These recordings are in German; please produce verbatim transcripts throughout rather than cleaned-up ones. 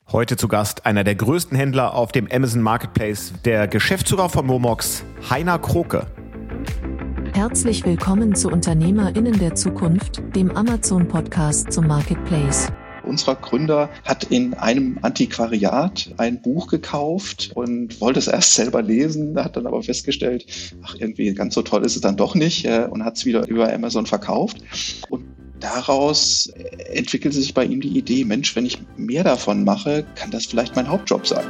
Heute zu Gast einer der größten Händler auf dem Amazon Marketplace, der Geschäftsführer von Momox, Heiner Kroke. Herzlich willkommen zu UnternehmerInnen der Zukunft, dem Amazon-Podcast zum Marketplace. Unser Gründer hat in einem Antiquariat ein Buch gekauft und wollte es erst selber lesen, hat dann aber festgestellt, ach, irgendwie ganz so toll ist es dann doch nicht und hat es wieder über Amazon verkauft. Und daraus entwickelte sich bei ihm die Idee, Mensch, wenn ich mehr davon mache, kann das vielleicht mein Hauptjob sein.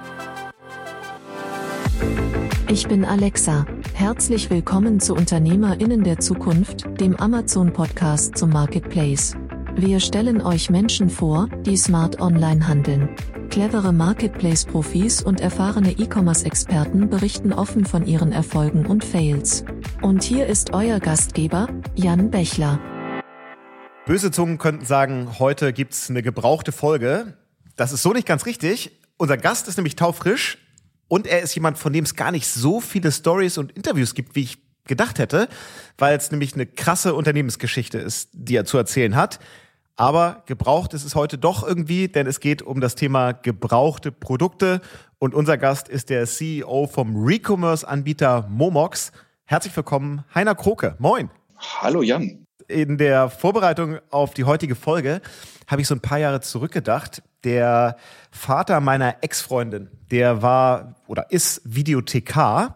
Ich bin Alexa. Herzlich willkommen zu UnternehmerInnen der Zukunft, dem Amazon-Podcast zum Marketplace. Wir stellen euch Menschen vor, die smart online handeln. Clevere Marketplace-Profis und erfahrene E-Commerce-Experten berichten offen von ihren Erfolgen und Fails. Und hier ist euer Gastgeber, Jan Bechler. Böse Zungen könnten sagen, heute gibt's eine gebrauchte Folge. Das ist so nicht ganz richtig. Unser Gast ist nämlich taufrisch und er ist jemand, von dem es gar nicht so viele Stories und Interviews gibt, wie ich gedacht hätte, weil es nämlich eine krasse Unternehmensgeschichte ist, die er zu erzählen hat. Aber gebraucht ist es heute doch irgendwie, denn es geht um das Thema gebrauchte Produkte und unser Gast ist der C E O vom Recommerce-Anbieter Momox. Herzlich willkommen, Heiner Kroke. Moin. Hallo Jan. In der Vorbereitung auf die heutige Folge habe ich so ein paar Jahre zurückgedacht. Der Vater meiner Ex-Freundin, der war oder ist Videothekar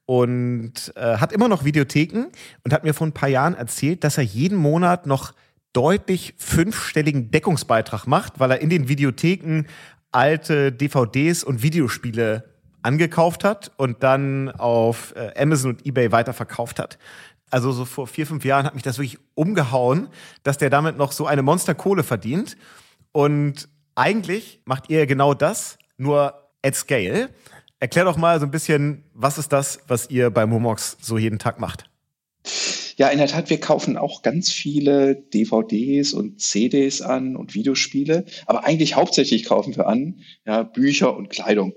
und äh, hat immer noch Videotheken und hat mir vor ein paar Jahren erzählt, dass er jeden Monat noch deutlich fünfstelligen Deckungsbeitrag macht, weil er in den Videotheken alte D V Ds und Videospiele angekauft hat und dann auf äh, Amazon und eBay weiterverkauft hat. Also so vor vier, fünf Jahren hat mich das wirklich umgehauen, dass der damit noch so eine Monsterkohle verdient. Und eigentlich macht ihr genau das, nur at scale. Erklär doch mal so ein bisschen, was ist das, was ihr bei Momox so jeden Tag macht? Ja, in der Tat, wir kaufen auch ganz viele D V Ds und C Ds an und Videospiele. Aber eigentlich hauptsächlich kaufen wir an ja, Bücher und Kleidung.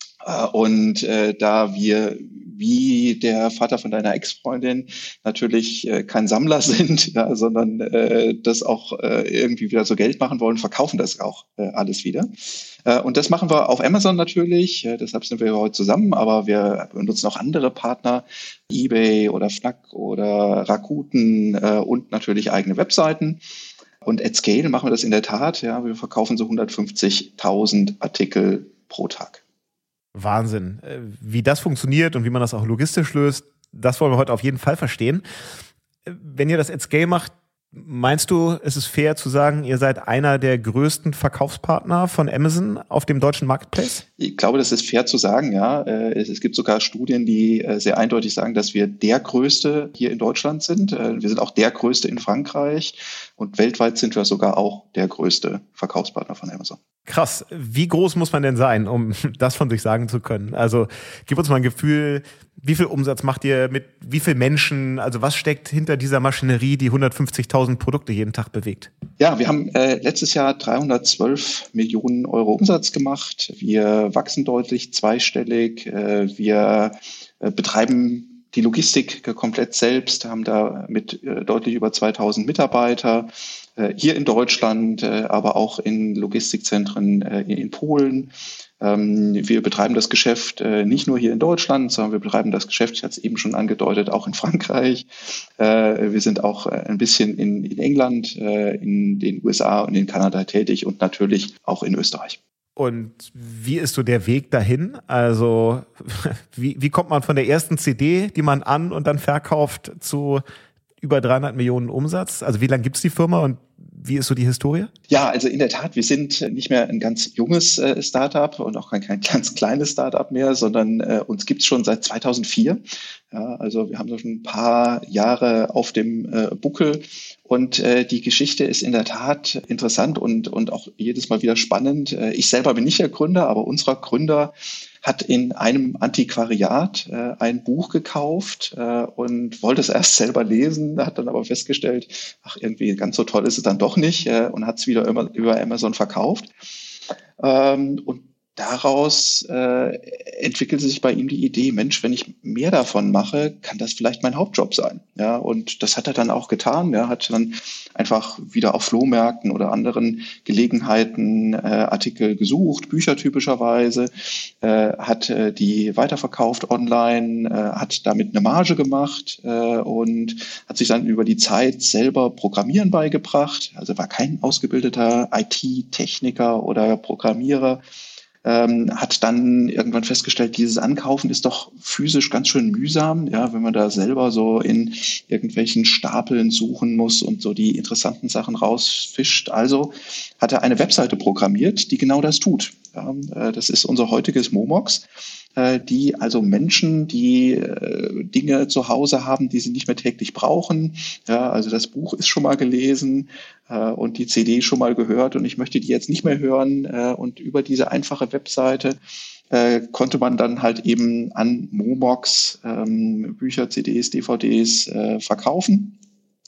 Und äh, da wir, wie der Vater von deiner Ex-Freundin, natürlich äh, kein Sammler sind, ja, sondern äh, das auch äh, irgendwie wieder so Geld machen wollen, verkaufen das auch äh, alles wieder. Äh, und das machen wir auf Amazon natürlich, äh, deshalb sind wir heute zusammen, aber wir benutzen auch andere Partner, eBay oder Fnac oder Rakuten äh, und natürlich eigene Webseiten. Und at scale machen wir das in der Tat, ja, wir verkaufen so hundertfünfzigtausend Artikel pro Tag. Wahnsinn. Wie das funktioniert und wie man das auch logistisch löst, das wollen wir heute auf jeden Fall verstehen. Wenn ihr das at scale macht, meinst du, ist es fair zu sagen, ihr seid einer der größten Verkaufspartner von Amazon auf dem deutschen Marketplace? Ich glaube, das ist fair zu sagen, ja. Es gibt sogar Studien, die sehr eindeutig sagen, dass wir der Größte hier in Deutschland sind. Wir sind auch der Größte in Frankreich und weltweit sind wir sogar auch der größte Verkaufspartner von Amazon. Krass. Wie groß muss man denn sein, um das von sich sagen zu können? Also gib uns mal ein Gefühl, wie viel Umsatz macht ihr mit wie vielen Menschen? Also was steckt hinter dieser Maschinerie, die hundertfünfzigtausend Produkte jeden Tag bewegt? Ja, wir haben äh, letztes Jahr dreihundertzwölf Millionen Euro Umsatz gemacht. Wir wachsen deutlich zweistellig. Äh, wir äh, betreiben die Logistik komplett selbst, haben da mit äh, deutlich über zweitausend Mitarbeiter äh, hier in Deutschland, äh, aber auch in Logistikzentren äh, in, in Polen. Ähm, wir betreiben das Geschäft äh, nicht nur hier in Deutschland, sondern wir betreiben das Geschäft, ich hatte es eben schon angedeutet, auch in Frankreich. Äh, wir sind auch äh, ein bisschen in, in England, äh, in den U S A und in Kanada tätig und natürlich auch in Österreich. Und wie ist so der Weg dahin? Also wie, wie kommt man von der ersten C D, die man an- und dann verkauft, zu über dreihundert Millionen Umsatz? Also wie lange gibt's die Firma und wie ist so die Historie? Ja, also in der Tat, wir sind nicht mehr ein ganz junges äh, Startup und auch kein, kein ganz kleines Startup mehr, sondern äh, uns gibt's schon seit zweitausendvier. Ja, also wir haben so schon ein paar Jahre auf dem äh, Buckel und äh, die Geschichte ist in der Tat interessant und, und auch jedes Mal wieder spannend. Äh, ich selber bin nicht der Gründer, aber unser Gründer hat in einem Antiquariat äh, ein Buch gekauft äh, und wollte es erst selber lesen, hat dann aber festgestellt, ach, irgendwie ganz so toll ist es dann doch nicht äh, und hat es wieder immer über Amazon verkauft. Ähm, und daraus äh, entwickelte sich bei ihm die Idee, Mensch, wenn ich mehr davon mache, kann das vielleicht mein Hauptjob sein. Ja, und das hat er dann auch getan. Er hat dann einfach wieder auf Flohmärkten oder anderen Gelegenheiten äh, Artikel gesucht, Bücher typischerweise, äh, hat äh, die weiterverkauft online, äh, hat damit eine Marge gemacht äh, und hat sich dann über die Zeit selber Programmieren beigebracht. Also war kein ausgebildeter I T-Techniker oder Programmierer. Ähm, hat dann irgendwann festgestellt, dieses Ankaufen ist doch physisch ganz schön mühsam, ja, wenn man da selber so in irgendwelchen Stapeln suchen muss und so die interessanten Sachen rausfischt. Also hat er eine Webseite programmiert, die genau das tut. Ja, äh, das ist unser heutiges Momox, äh, die also Menschen, die äh, Dinge zu Hause haben, die sie nicht mehr täglich brauchen. Ja, also das Buch ist schon mal gelesen äh, und die C D schon mal gehört und ich möchte die jetzt nicht mehr hören. Äh, und über diese einfache Webseite äh, konnte man dann halt eben an Momox ähm, Bücher, C Ds, D V Ds äh, verkaufen.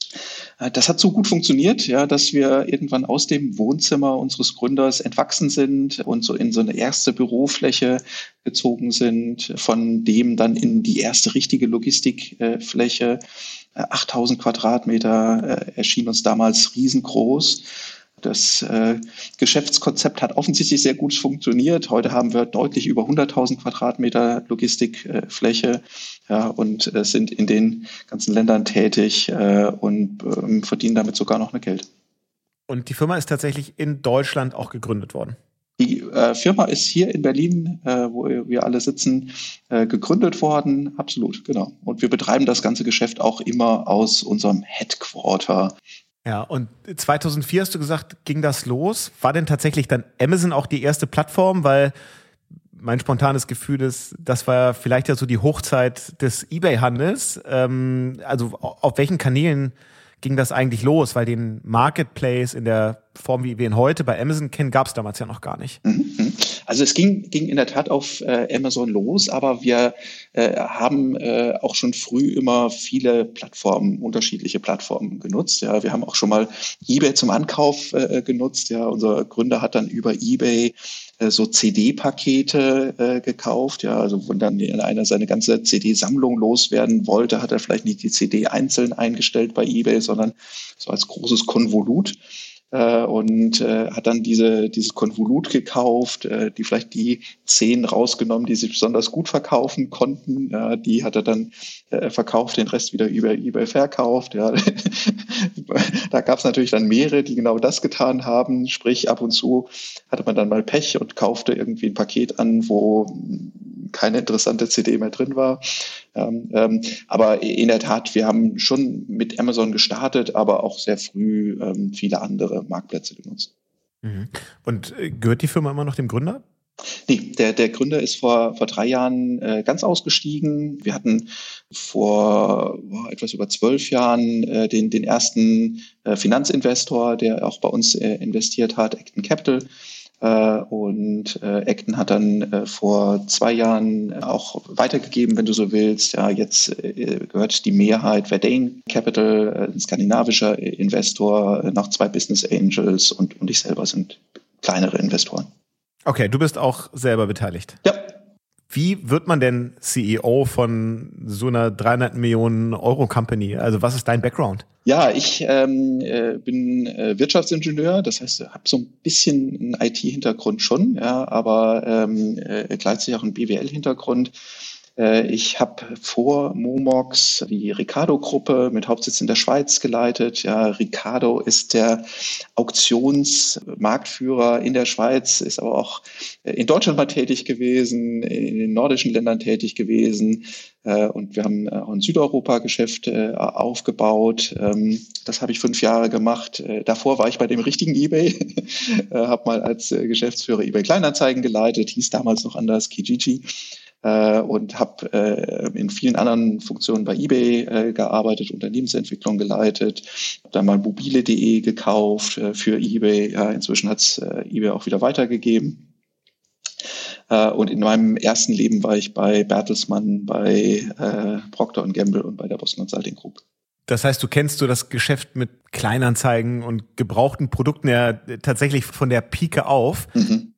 Das hat so gut funktioniert, ja, dass wir irgendwann aus dem Wohnzimmer unseres Gründers entwachsen sind und so in so eine erste Bürofläche gezogen sind, von dem dann in die erste richtige Logistikfläche. achttausend Quadratmeter äh, erschien uns damals riesengroß. Das äh, Geschäftskonzept hat offensichtlich sehr gut funktioniert. Heute haben wir deutlich über hunderttausend Quadratmeter Logistikfläche äh, ja, und äh, sind in den ganzen Ländern tätig äh, und äh, verdienen damit sogar noch eine Geld. Und die Firma ist tatsächlich in Deutschland auch gegründet worden? Die äh, Firma ist hier in Berlin, äh, wo wir alle sitzen, äh, gegründet worden. Absolut, genau. Und wir betreiben das ganze Geschäft auch immer aus unserem Headquarter. Ja, und zweitausendvier hast du gesagt, ging das los. War denn tatsächlich dann Amazon auch die erste Plattform? Weil mein spontanes Gefühl ist, das war vielleicht ja so die Hochzeit des eBay-Handels. Ähm, also auf welchen Kanälen ging das eigentlich los? Weil den Marketplace in der Form, wie wir ihn heute bei Amazon kennen, gab es damals ja noch gar nicht. Also es ging, ging in der Tat auf äh, Amazon los, aber wir äh, haben äh, auch schon früh immer viele Plattformen, unterschiedliche Plattformen genutzt. Ja, wir haben auch schon mal eBay zum Ankauf äh, genutzt. Ja, unser Gründer hat dann über eBay äh, so C D-Pakete äh, gekauft. Ja, also wenn dann einer seine ganze C D-Sammlung loswerden wollte, hat er vielleicht nicht die C D einzeln eingestellt bei eBay, sondern so als großes Konvolut. Äh, und äh, hat dann diese dieses Konvolut gekauft, äh, die vielleicht die zehn rausgenommen, die sich besonders gut verkaufen konnten. Ja, die hat er dann äh, verkauft, den Rest wieder über eBay verkauft. Ja. Da gab es natürlich dann mehrere, die genau das getan haben. Sprich, ab und zu hatte man dann mal Pech und kaufte irgendwie ein Paket an, wo keine interessante C D mehr drin war. Ähm, ähm, aber in der Tat, wir haben schon mit Amazon gestartet, aber auch sehr früh ähm, viele andere Marktplätze genutzt. Mhm. Und gehört die Firma immer noch dem Gründer? Nee, der, der Gründer ist vor, vor drei Jahren äh, ganz ausgestiegen. Wir hatten vor oh, etwas über zwölf Jahren äh, den, den ersten äh, Finanzinvestor, der auch bei uns äh, investiert hat, Acton Capital. Uh, und uh, Acton hat dann uh, vor zwei Jahren auch weitergegeben, wenn du so willst. Ja, jetzt uh, gehört die Mehrheit Verdane Capital, uh, ein skandinavischer Investor, uh, noch zwei Business Angels und, und ich selber sind kleinere Investoren. Okay, du bist auch selber beteiligt. Ja. Wie wird man denn C E O von so einer dreihundert Millionen Euro Company? Also was ist dein Background? Ja, ich ähm, äh, bin äh, Wirtschaftsingenieur, das heißt, habe so ein bisschen einen I T-Hintergrund schon, ja, aber ähm, äh, gleichzeitig auch einen B W L-Hintergrund. Äh, ich habe vor Momox die Ricardo-Gruppe mit Hauptsitz in der Schweiz geleitet. Ja, Ricardo ist der Auktionsmarktführer in der Schweiz, ist aber auch in Deutschland mal tätig gewesen, in den nordischen Ländern tätig gewesen. Und wir haben auch ein Südeuropa-Geschäft aufgebaut. Das habe ich fünf Jahre gemacht. Davor war ich bei dem richtigen eBay, habe mal als Geschäftsführer eBay Kleinanzeigen geleitet, hieß damals noch anders, Kijiji. Und habe in vielen anderen Funktionen bei eBay gearbeitet, Unternehmensentwicklung geleitet, habe dann mal mobile punkt de gekauft für eBay. Ja, inzwischen hat es eBay auch wieder weitergegeben. Und in meinem ersten Leben war ich bei Bertelsmann, bei äh, Procter und Gamble und bei der Boston Consulting Group. Das heißt, du kennst so das Geschäft mit Kleinanzeigen und gebrauchten Produkten ja tatsächlich von der Pike auf. Mhm.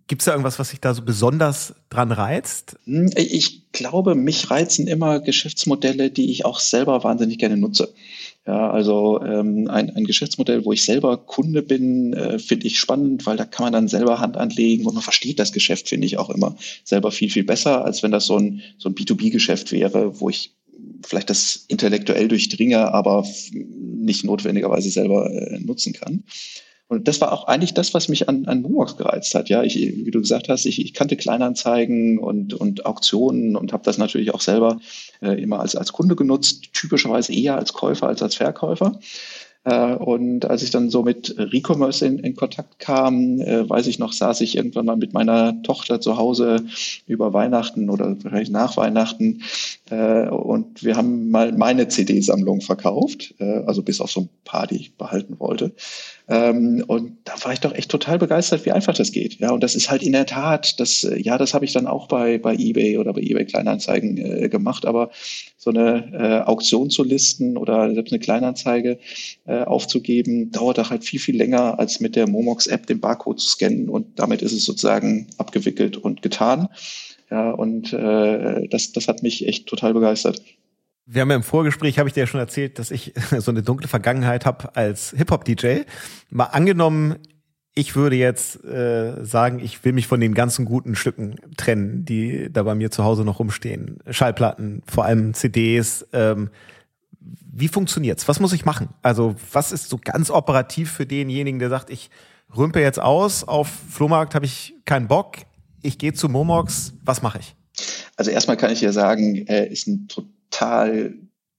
Gibt es da irgendwas, was sich da so besonders dran reizt? Ich glaube, mich reizen immer Geschäftsmodelle, die ich auch selber wahnsinnig gerne nutze. Ja, also ähm, ein, ein Geschäftsmodell, wo ich selber Kunde bin, äh, finde ich spannend, weil da kann man dann selber Hand anlegen und man versteht das Geschäft, finde ich auch immer selber viel, viel besser, als wenn das so ein, so ein B zwei B-Geschäft wäre, wo ich vielleicht das intellektuell durchdringe, aber nicht notwendigerweise selber äh, nutzen kann. Und das war auch eigentlich das, was mich an, an Momox gereizt hat. Ja, ich, wie du gesagt hast, ich, ich kannte Kleinanzeigen und, und Auktionen und habe das natürlich auch selber äh, immer als, als Kunde genutzt, typischerweise eher als Käufer als als Verkäufer. Äh, und als ich dann so mit Recommerce in, in Kontakt kam, äh, weiß ich noch, saß ich irgendwann mal mit meiner Tochter zu Hause über Weihnachten oder wahrscheinlich nach Weihnachten äh, und wir haben mal meine C D-Sammlung verkauft, äh, also bis auf so ein paar, die ich behalten wollte. Ähm, und da war ich doch echt total begeistert, wie einfach das geht. Ja, und das ist halt in der Tat, das, ja, das habe ich dann auch bei, bei eBay oder bei eBay Kleinanzeigen äh, gemacht, aber so eine äh, Auktion zu listen oder selbst eine Kleinanzeige äh, aufzugeben, dauert auch halt viel, viel länger, als mit der Momox-App den Barcode zu scannen und damit ist es sozusagen abgewickelt und getan. Ja, und äh, das, das hat mich echt total begeistert. Wir haben ja im Vorgespräch, habe ich dir ja schon erzählt, dass ich so eine dunkle Vergangenheit habe als Hip-Hop-D J. Mal angenommen, ich würde jetzt äh, sagen, ich will mich von den ganzen guten Stücken trennen, die da bei mir zu Hause noch rumstehen. Schallplatten, vor allem C Ds. Ähm, wie funktioniert's? Was muss ich machen? Also was ist so ganz operativ für denjenigen, der sagt, ich rümpe jetzt aus, auf Flohmarkt habe ich keinen Bock, ich gehe zu Momox, was mache ich? Also erstmal kann ich dir sagen, äh, ist ein total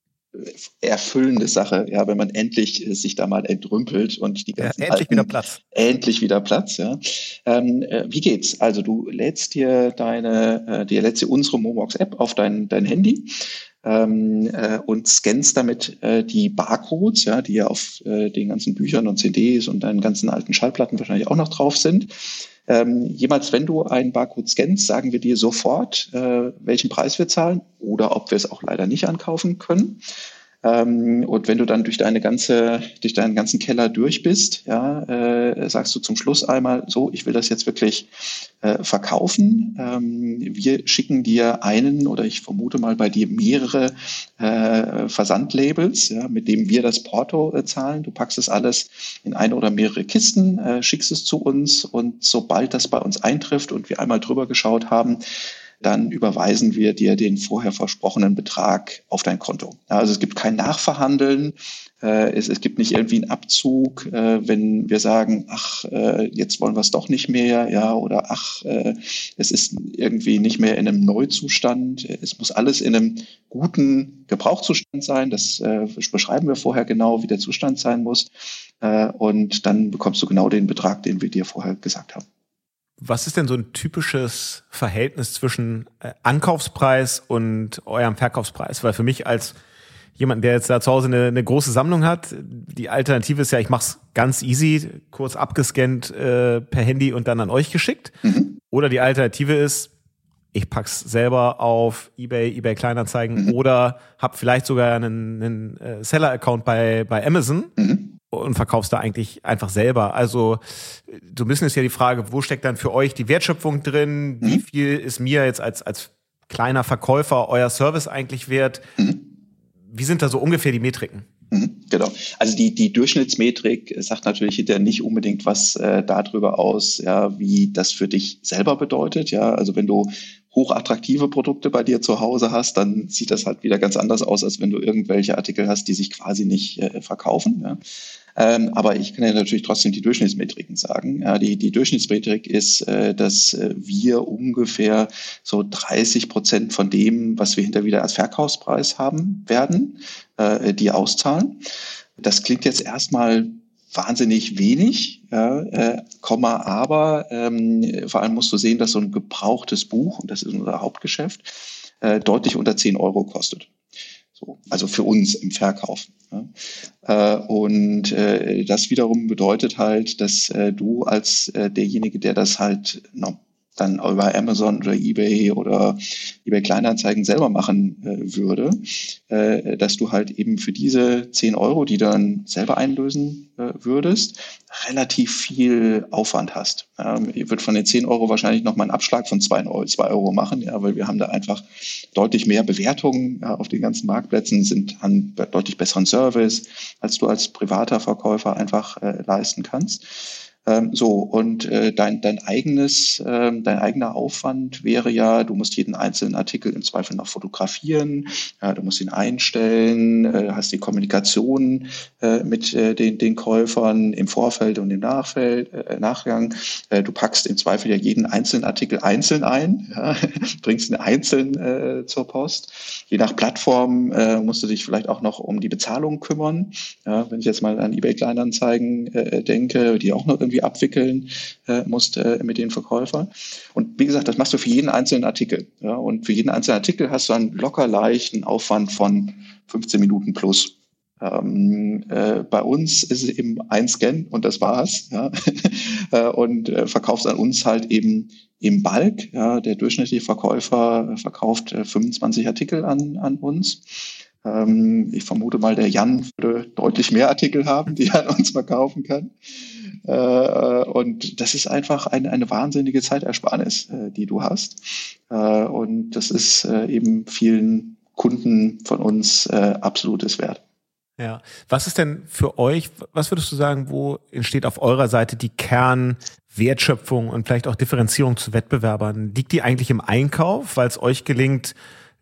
erfüllende Sache, ja, wenn man endlich äh, sich da mal entrümpelt und die ganzen ja, endlich alten, wieder Platz. Endlich wieder Platz, ja. Ähm, äh, wie geht's? Also du lädst dir deine, äh, dir lädst dir unsere Momox-App auf dein, dein Handy ähm, äh, und scannst damit äh, die Barcodes, ja, die ja auf äh, den ganzen Büchern und C Ds und deinen ganzen alten Schallplatten wahrscheinlich auch noch drauf sind. Ähm, jemals, wenn du einen Barcode scannst, sagen wir dir sofort, äh, welchen Preis wir zahlen oder ob wir es auch leider nicht ankaufen können. Ähm, und wenn du dann durch deine ganze, durch deinen ganzen Keller durch bist, ja, äh, sagst du zum Schluss einmal so, ich will das jetzt wirklich äh, verkaufen. Ähm, wir schicken dir einen oder ich vermute mal bei dir mehrere äh, Versandlabels, ja, mit dem wir das Porto äh, zahlen. Du packst es alles in eine oder mehrere Kisten, äh, schickst es zu uns und sobald das bei uns eintrifft und wir einmal drüber geschaut haben, dann überweisen wir dir den vorher versprochenen Betrag auf dein Konto. Also es gibt kein Nachverhandeln, äh, es, es gibt nicht irgendwie einen Abzug, äh, wenn wir sagen, ach, äh, jetzt wollen wir es doch nicht mehr, ja, oder ach, äh, es ist irgendwie nicht mehr in einem Neuzustand. Es muss alles in einem guten Gebrauchszustand sein. Das äh, beschreiben wir vorher genau, wie der Zustand sein muss. Äh, und dann bekommst du genau den Betrag, den wir dir vorher gesagt haben. Was ist denn so ein typisches Verhältnis zwischen äh, Ankaufspreis und eurem Verkaufspreis? Weil für mich als jemand, der jetzt da zu Hause eine, eine große Sammlung hat, die Alternative ist ja, ich mach's ganz easy, kurz abgescannt äh, per Handy und dann an euch geschickt. Mhm. Oder die Alternative ist, ich pack's selber auf eBay, eBay Kleinanzeigen mhm. oder hab vielleicht sogar einen, einen äh, Seller-Account bei, bei Amazon. Mhm. Und verkaufst da eigentlich einfach selber. Also so ein bisschen ist ja die Frage, wo steckt dann für euch die Wertschöpfung drin? Wie mhm. viel ist mir jetzt als, als kleiner Verkäufer euer Service eigentlich wert? Mhm. Wie sind da so ungefähr die Metriken? Mhm, genau. Also die, die Durchschnittsmetrik sagt natürlich hinterher nicht unbedingt was äh, darüber aus, ja, wie das für dich selber bedeutet. Ja, also wenn du hochattraktive Produkte bei dir zu Hause hast, dann sieht das halt wieder ganz anders aus, als wenn du irgendwelche Artikel hast, die sich quasi nicht äh, verkaufen. Ja. Ähm, aber ich kann ja natürlich trotzdem die Durchschnittsmetriken sagen. Ja, die, die Durchschnittsmetrik ist, äh, dass äh, wir ungefähr so dreißig Prozent von dem, was wir hinterher wieder als Verkaufspreis haben werden, äh, die auszahlen. Das klingt jetzt erstmal wahnsinnig wenig, ja, äh, Komma, aber ähm, vor allem musst du sehen, dass so ein gebrauchtes Buch, und das ist unser Hauptgeschäft, äh, deutlich unter zehn Euro kostet. So, also für uns im Verkauf. Ja. Äh, und äh, das wiederum bedeutet halt, dass äh, du als äh, derjenige, der das halt no, dann über Amazon oder eBay oder eBay Kleinanzeigen selber machen äh, würde, äh, dass du halt eben für diese zehn Euro, die du dann selber einlösen äh, würdest, relativ viel Aufwand hast. Ähm, ihr würdet von den zehn Euro wahrscheinlich nochmal einen Abschlag von zwei Euro, zwei Euro machen, ja, weil wir haben da einfach deutlich mehr Bewertungen ja, auf den ganzen Marktplätzen, sind an deutlich besseren Service, als du als privater Verkäufer einfach äh, leisten kannst. Ähm, so, und äh, dein, dein eigenes, äh, dein eigener Aufwand wäre ja, du musst jeden einzelnen Artikel im Zweifel noch fotografieren, ja, du musst ihn einstellen, äh, hast die Kommunikation äh, mit äh, den, den Käufern im Vorfeld und im Nachfeld, äh, Nachgang. Äh, du packst im Zweifel ja jeden einzelnen Artikel einzeln ein, ja, bringst ihn einzeln äh, zur Post. Je nach Plattform äh, musst du dich vielleicht auch noch um die Bezahlung kümmern. Ja, wenn ich jetzt mal an eBay Kleinanzeigen äh, denke, die auch noch irgendwie abwickeln äh, musst äh, mit den Verkäufern. Und wie gesagt, das machst du für jeden einzelnen Artikel. Ja? Und für jeden einzelnen Artikel hast du einen locker leichten Aufwand von fünfzehn Minuten plus. Ähm, äh, bei uns ist es eben ein Scan und das war's. Ja? und äh, verkaufst an uns halt eben im Bulk. Ja? Der durchschnittliche Verkäufer verkauft äh, fünfundzwanzig Artikel an, an uns. Ähm, ich vermute mal, der Jan würde deutlich mehr Artikel haben, die er an uns verkaufen kann. Äh, und das ist einfach eine, eine wahnsinnige Zeitersparnis, äh, die du hast. Äh, und das ist äh, eben vielen Kunden von uns äh, absolutes Wert. Ja. Was ist denn für euch, was würdest du sagen, wo entsteht auf eurer Seite die Kernwertschöpfung und vielleicht auch Differenzierung zu Wettbewerbern? Liegt die eigentlich im Einkauf, weil es euch gelingt,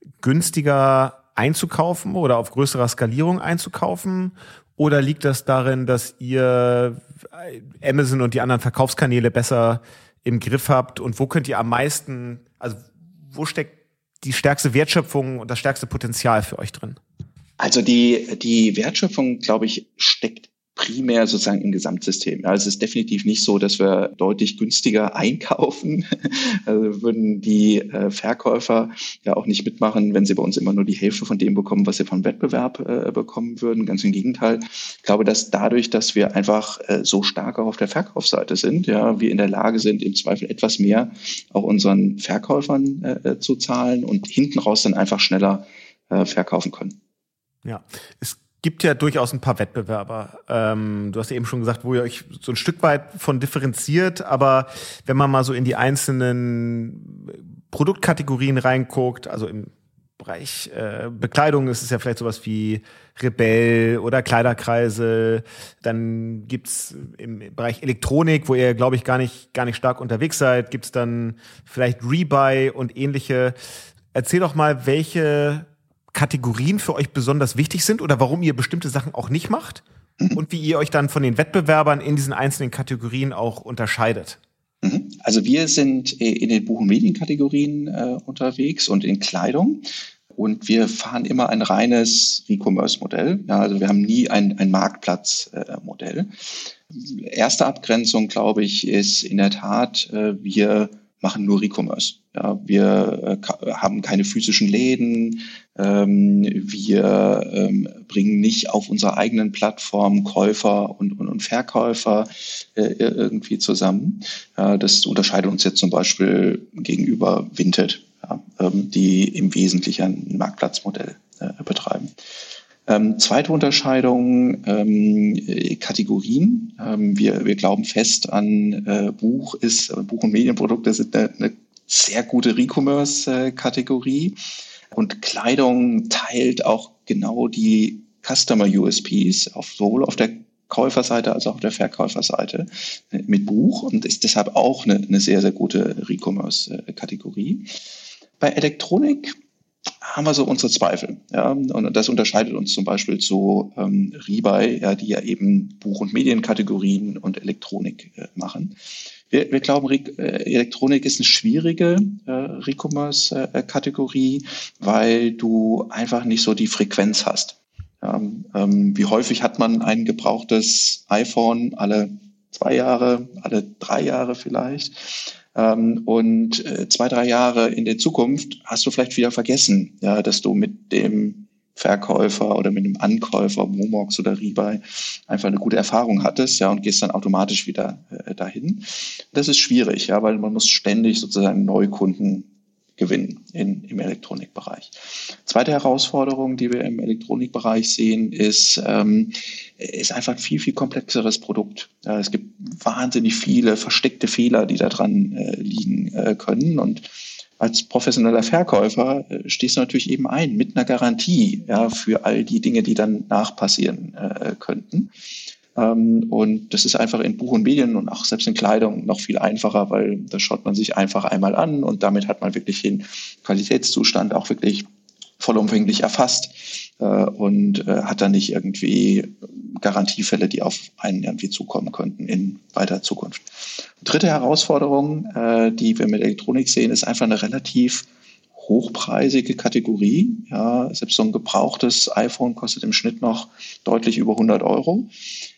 günstiger einzukaufen oder auf größerer Skalierung einzukaufen? Oder liegt das darin, dass ihr Amazon und die anderen Verkaufskanäle besser im Griff habt? Und wo könnt ihr am meisten, also wo steckt die stärkste Wertschöpfung und das stärkste Potenzial für euch drin? Also die, die Wertschöpfung, glaube ich, steckt primär sozusagen im Gesamtsystem. Ja, es ist definitiv nicht so, dass wir deutlich günstiger einkaufen. Also würden die äh, Verkäufer ja auch nicht mitmachen, wenn sie bei uns immer nur die Hälfte von dem bekommen, was sie vom Wettbewerb äh, bekommen würden. Ganz im Gegenteil. Ich glaube, dass dadurch, dass wir einfach äh, so stark auch auf der Verkaufsseite sind, ja, wir in der Lage sind, im Zweifel etwas mehr auch unseren Verkäufern äh, zu zahlen und hinten raus dann einfach schneller äh, verkaufen können. Ja, es gibt ja durchaus ein paar Wettbewerber. Ähm, du hast ja eben schon gesagt, wo ihr euch so ein Stück weit von differenziert, aber wenn man mal so in die einzelnen Produktkategorien reinguckt, also im Bereich äh, Bekleidung ist es ja vielleicht sowas wie Rebell oder Kleiderkreise, dann gibt's im Bereich Elektronik, wo ihr, glaube ich, gar nicht, gar nicht stark unterwegs seid, gibt's dann vielleicht Rebuy und ähnliche. Erzähl doch mal, welche Kategorien für euch besonders wichtig sind oder warum ihr bestimmte Sachen auch nicht macht und wie ihr euch dann von den Wettbewerbern in diesen einzelnen Kategorien auch unterscheidet. Also wir sind in den Buch- und Medienkategorien äh, unterwegs und in Kleidung und wir fahren immer ein reines Recommerce-Modell. Ja, also wir haben nie ein, ein Marktplatz-Modell. Äh, Erste Abgrenzung, glaube ich, ist in der Tat, äh, wir machen nur Recommerce. Ja, wir äh, haben keine physischen Läden, ähm, wir ähm, bringen nicht auf unserer eigenen Plattform Käufer und, und, und Verkäufer äh, irgendwie zusammen. Ja, das unterscheidet uns jetzt zum Beispiel gegenüber Vinted, ja, ähm, die im Wesentlichen ein Marktplatzmodell äh, betreiben. Ähm, zweite Unterscheidung, ähm, Kategorien. Ähm, wir, wir glauben fest an äh, Buch ist, Buch- und Medienprodukte sind eine, eine sehr gute Recommerce-Kategorie. Und Kleidung teilt auch genau die Customer-U S Ps, auf, sowohl auf der Käuferseite als auch auf der Verkäuferseite äh, mit Buch und ist deshalb auch eine, eine sehr, sehr gute Recommerce-Kategorie. Bei Elektronik haben wir so unsere Zweifel. Ja, und das unterscheidet uns zum Beispiel zu ähm, Rebuy, ja, die ja eben Buch- und Medienkategorien und Elektronik äh, machen. Wir, wir glauben, Re- äh, Elektronik ist eine schwierige äh, Recommerce-Kategorie, weil du einfach nicht so die Frequenz hast. Ja, ähm, wie häufig hat man ein gebrauchtes iPhone? Alle zwei Jahre, alle drei Jahre vielleicht. Ähm, und äh, zwei, drei Jahre in der Zukunft hast du vielleicht wieder vergessen, ja, dass du mit dem Verkäufer oder mit einem Ankäufer, Momox oder Rebuy, einfach eine gute Erfahrung hattest, ja, und gehst dann automatisch wieder äh, dahin. Das ist schwierig, ja, weil man muss ständig sozusagen Neukunden gewinnen in, im Elektronikbereich. Zweite Herausforderung, die wir im Elektronikbereich sehen, ist, ähm, ist einfach ein viel, viel komplexeres Produkt. Ja, es gibt wahnsinnig viele versteckte Fehler, die da dran äh, liegen äh, können, und als professioneller Verkäufer äh, stehst du natürlich eben ein mit einer Garantie, ja, für all die Dinge, die dann nachpassieren äh, könnten. Ähm, und das ist einfach in Buch und Medien und auch selbst in Kleidung noch viel einfacher, weil da schaut man sich einfach einmal an und damit hat man wirklich den Qualitätszustand auch wirklich vollumfänglich erfasst äh, und äh, hat dann nicht irgendwie Garantiefälle, die auf einen irgendwie zukommen könnten in weiter Zukunft. Dritte Herausforderung, äh, die wir mit Elektronik sehen, ist einfach eine relativ hochpreisige Kategorie. Ja, selbst so ein gebrauchtes iPhone kostet im Schnitt noch deutlich über hundert Euro.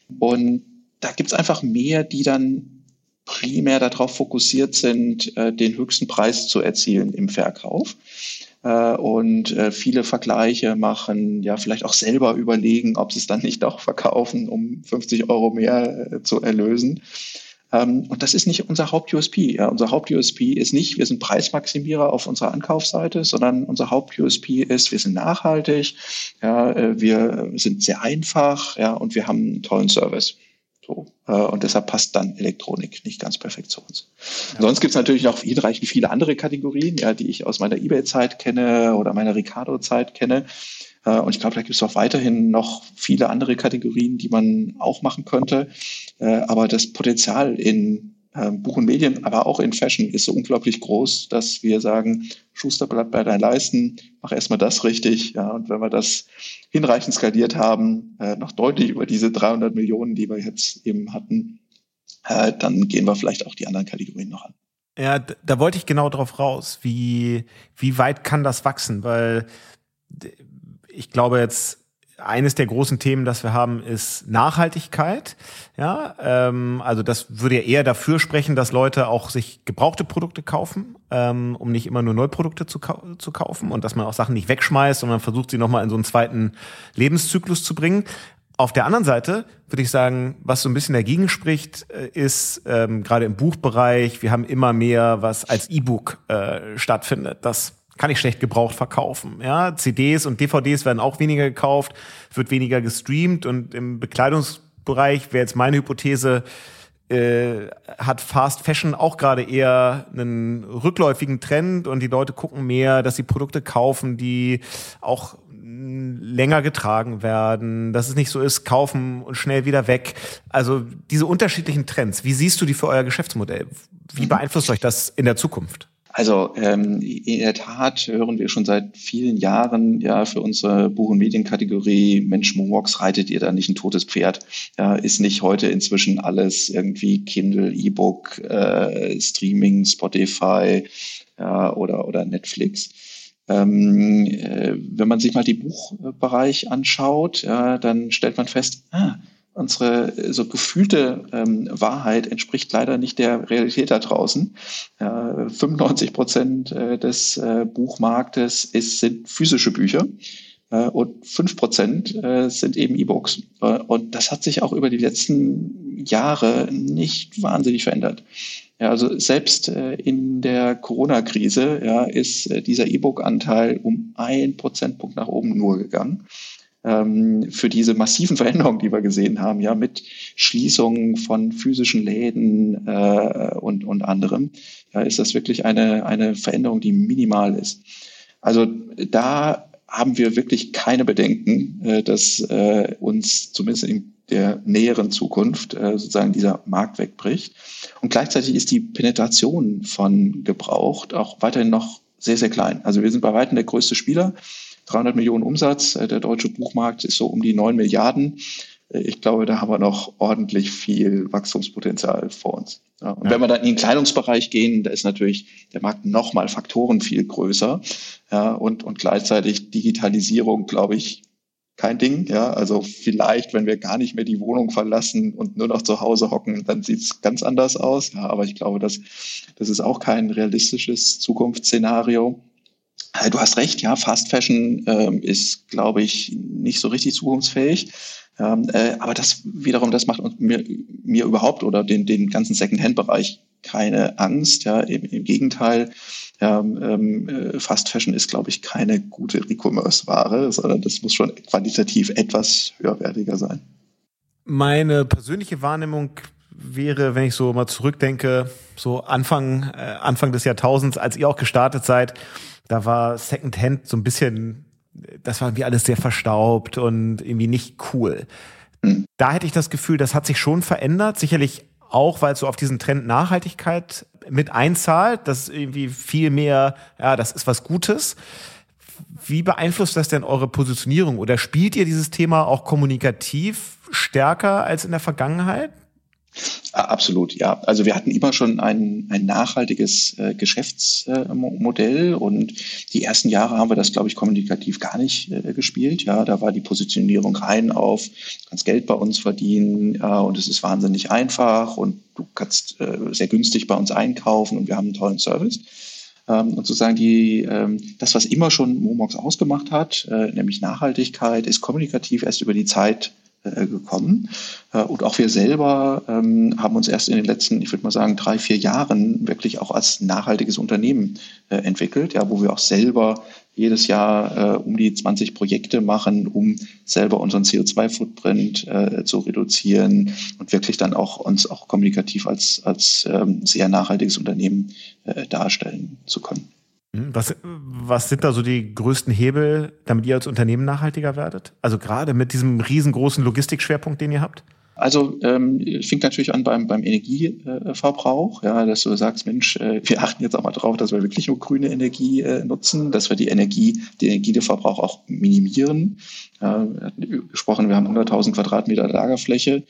Und da gibt es einfach mehr, die dann primär darauf fokussiert sind, äh, den höchsten Preis zu erzielen im Verkauf. Äh, und äh, viele Vergleiche machen, ja, vielleicht auch selber überlegen, ob sie es dann nicht doch verkaufen, um fünfzig Euro mehr äh, zu erlösen. Ähm, und das ist nicht unser Haupt-U S P. Ja. Unser Haupt-U S P ist nicht, wir sind Preismaximierer auf unserer Ankaufsseite, sondern unser Haupt-U S P ist, wir sind nachhaltig, ja, äh, wir sind sehr einfach, ja, und wir haben einen tollen Service. So, äh, und deshalb passt dann Elektronik nicht ganz perfekt zu uns. Ja. Sonst gibt es natürlich noch hinreichend viele andere Kategorien, ja, die ich aus meiner eBay-Zeit kenne oder meiner Ricardo-Zeit kenne. Äh, und ich glaube, da gibt es auch weiterhin noch viele andere Kategorien, die man auch machen könnte. Äh, aber das Potenzial in äh, Buch und Medien, aber auch in Fashion ist so unglaublich groß, dass wir sagen, Schuster, bleib bei deinen Leisten, mach erstmal das richtig. Ja, und wenn wir das hinreichend skaliert haben, äh, noch deutlich über diese dreihundert Millionen, die wir jetzt eben hatten, äh, dann gehen wir vielleicht auch die anderen Kategorien noch an. Ja, da, da wollte ich genau drauf raus. Wie, wie weit kann das wachsen? Weil ich glaube jetzt, eines der großen Themen, das wir haben, ist Nachhaltigkeit. Ja, ähm, also das würde ja eher dafür sprechen, dass Leute auch sich gebrauchte Produkte kaufen, ähm, um nicht immer nur Neuprodukte zu, kau- zu kaufen und dass man auch Sachen nicht wegschmeißt, sondern versucht, sie nochmal in so einen zweiten Lebenszyklus zu bringen. Auf der anderen Seite würde ich sagen, was so ein bisschen dagegen spricht, ist ähm, gerade im Buchbereich, wir haben immer mehr, was als E-Book äh, stattfindet. Das kann ich schlecht gebraucht verkaufen. Ja, C Ds und D V Ds werden auch weniger gekauft, wird weniger gestreamt und im Bekleidungsbereich wäre jetzt meine Hypothese, äh, hat Fast Fashion auch gerade eher einen rückläufigen Trend und die Leute gucken mehr, dass sie Produkte kaufen, die auch länger getragen werden, dass es nicht so ist, kaufen und schnell wieder weg. Also diese unterschiedlichen Trends, wie siehst du die für euer Geschäftsmodell? Wie beeinflusst euch das in der Zukunft? Also ähm, in der Tat hören wir schon seit vielen Jahren, ja, für unsere Buch- und Medienkategorie, Mensch, Momox, reitet ihr da nicht ein totes Pferd? Ja, ist nicht heute inzwischen alles irgendwie Kindle, E-Book, äh, Streaming, Spotify, ja, oder, oder Netflix? Ähm, äh, wenn man sich mal den Buchbereich anschaut, ja, dann stellt man fest, ah, unsere so gefühlte ähm, Wahrheit entspricht leider nicht der Realität da draußen. Ja, fünfundneunzig Prozent äh, des äh, Buchmarktes ist, sind physische Bücher äh, und fünf Prozent äh, sind eben E-Books. Äh, und das hat sich auch über die letzten Jahre nicht wahnsinnig verändert. Ja, also selbst äh, in der Corona-Krise, ja, ist äh, dieser E-Book-Anteil um ein Prozentpunkt nach oben nur gegangen. Ähm, für diese massiven Veränderungen, die wir gesehen haben, ja, mit Schließungen von physischen Läden äh, und und anderem, ja, ist das wirklich eine eine Veränderung, die minimal ist. Also da haben wir wirklich keine Bedenken, äh, dass äh, uns zumindest in der näheren Zukunft äh, sozusagen dieser Markt wegbricht. Und gleichzeitig ist die Penetration von gebraucht auch weiterhin noch sehr, sehr klein. Also wir sind bei weitem der größte Spieler. dreihundert Millionen Umsatz. Der deutsche Buchmarkt ist so um die neun Milliarden. Ich glaube, da haben wir noch ordentlich viel Wachstumspotenzial vor uns. Ja, und ja. Wenn wir dann in den Kleidungsbereich gehen, da ist natürlich der Markt nochmal Faktoren viel größer. Ja, und, und gleichzeitig Digitalisierung, glaube ich, kein Ding. Ja, also vielleicht, wenn wir gar nicht mehr die Wohnung verlassen und nur noch zu Hause hocken, dann sieht es ganz anders aus. Ja, aber ich glaube, das, das ist auch kein realistisches Zukunftsszenario. Äh, Du hast recht, ja, Fast Fashion ähm, ist, glaube ich, nicht so richtig zukunftsfähig. Ähm, äh, aber das wiederum, das macht uns, mir, mir überhaupt oder den, den ganzen Second-Hand-Bereich keine Angst. Ja, im, im Gegenteil. Ja, ähm, äh, Fast Fashion ist, glaube ich, keine gute E-Commerce-Ware, sondern das muss schon qualitativ etwas höherwertiger sein. Meine persönliche Wahrnehmung wäre, wenn ich so mal zurückdenke, so Anfang, äh, Anfang des Jahrtausends, als ihr auch gestartet seid, da war Secondhand so ein bisschen, das war irgendwie alles sehr verstaubt und irgendwie nicht cool. Hm. Da hätte ich das Gefühl, das hat sich schon verändert. Sicherlich auch, weil es so auf diesen Trend Nachhaltigkeit mit einzahlt. Das ist irgendwie viel mehr, ja, das ist was Gutes. Wie beeinflusst das denn eure Positionierung? Oder spielt ihr dieses Thema auch kommunikativ stärker als in der Vergangenheit? Absolut, ja. Also wir hatten immer schon ein, ein nachhaltiges äh, Geschäftsmodell äh, und die ersten Jahre haben wir das, glaube ich, kommunikativ gar nicht äh, gespielt. Ja, da war die Positionierung rein auf, du kannst Geld bei uns verdienen ja, und es ist wahnsinnig einfach und du kannst äh, sehr günstig bei uns einkaufen und wir haben einen tollen Service. Ähm, und sozusagen die, ähm, das, was immer schon Momox ausgemacht hat, äh, nämlich Nachhaltigkeit, ist kommunikativ erst über die Zeit gekommen. Und auch wir selber ähm, haben uns erst in den letzten, ich würde mal sagen, drei, vier Jahren wirklich auch als nachhaltiges Unternehmen äh, entwickelt, ja, wo wir auch selber jedes Jahr äh, um die zwanzig Projekte machen, um selber unseren C O zwei Footprint äh, zu reduzieren und wirklich dann auch uns auch kommunikativ als, als ähm, sehr nachhaltiges Unternehmen äh, darstellen zu können. Was, was sind da so die größten Hebel, damit ihr als Unternehmen nachhaltiger werdet? Also gerade mit diesem riesengroßen Logistikschwerpunkt, den ihr habt? Also ähm, es fängt natürlich an beim, beim Energieverbrauch, ja, dass du sagst, Mensch, äh, wir achten jetzt auch mal drauf, dass wir wirklich nur grüne Energie äh, nutzen, dass wir die Energie, den Energieverbrauch auch minimieren. Ja, wir hatten gesprochen, wir haben hunderttausend Quadratmeter Lagerfläche.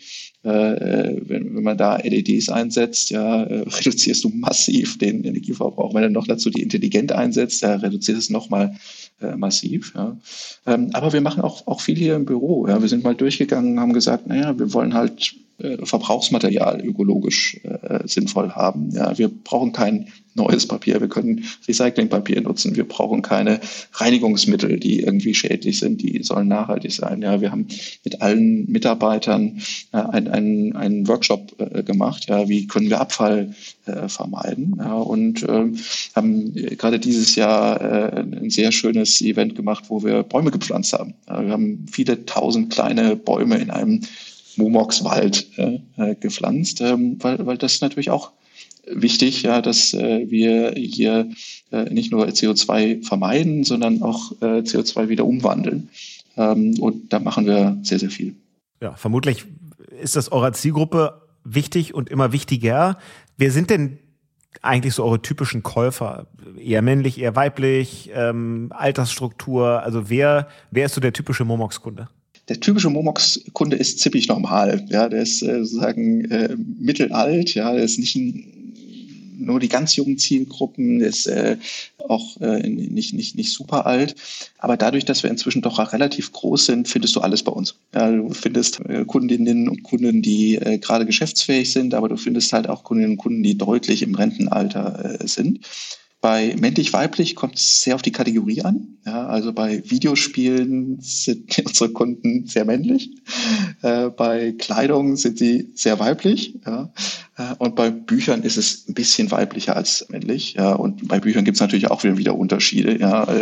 Äh, wenn, wenn man da L E Ds einsetzt, ja, äh, reduzierst du massiv den Energieverbrauch. Wenn du noch dazu die intelligent einsetzt, ja, reduzierst es nochmal äh, massiv. Ja. Ähm, aber wir machen auch, auch viel hier im Büro. Ja. Wir sind mal durchgegangen, haben gesagt, naja, wir wollen halt äh, Verbrauchsmaterial ökologisch äh, sinnvoll haben. Ja. Wir brauchen kein neues Papier, wir können Recyclingpapier nutzen, wir brauchen keine Reinigungsmittel, die irgendwie schädlich sind, die sollen nachhaltig sein. Ja, wir haben mit allen Mitarbeitern äh, einen, einen, einen Workshop äh, gemacht, ja, wie können wir Abfall äh, vermeiden, ja, und äh, haben gerade dieses Jahr äh, ein sehr schönes Event gemacht, wo wir Bäume gepflanzt haben. Ja, wir haben viele tausend kleine Bäume in einem Momox-Wald äh, gepflanzt, ähm, weil, weil das natürlich auch wichtig, ja, dass äh, wir hier äh, nicht nur C O zwei vermeiden, sondern auch äh, C O zwei wieder umwandeln. Ähm, und da machen wir sehr, sehr viel. Ja, vermutlich ist das eurer Zielgruppe wichtig und immer wichtiger. Wer sind denn eigentlich so eure typischen Käufer? Eher männlich, eher weiblich, ähm, Altersstruktur? Also wer, wer ist so der typische Momox-Kunde? Der typische Momox-Kunde ist ziemlich normal. Ja, der ist äh, sozusagen äh, mittelalt. Ja, der ist nicht ein nur die ganz jungen Zielgruppen, ist äh, auch äh, nicht, nicht, nicht super alt. Aber dadurch, dass wir inzwischen doch auch relativ groß sind, findest du alles bei uns. Ja, du findest äh, Kundinnen und Kunden, die äh, gerade geschäftsfähig sind, aber du findest halt auch Kundinnen und Kunden, die deutlich im Rentenalter äh, sind. Bei männlich-weiblich kommt es sehr auf die Kategorie an. Ja, also bei Videospielen sind unsere Kunden sehr männlich. Äh, bei Kleidung sind sie sehr weiblich. Ja. Äh, und bei Büchern ist es ein bisschen weiblicher als männlich. Ja. Und bei Büchern gibt es natürlich auch wieder, wieder Unterschiede, ja, äh,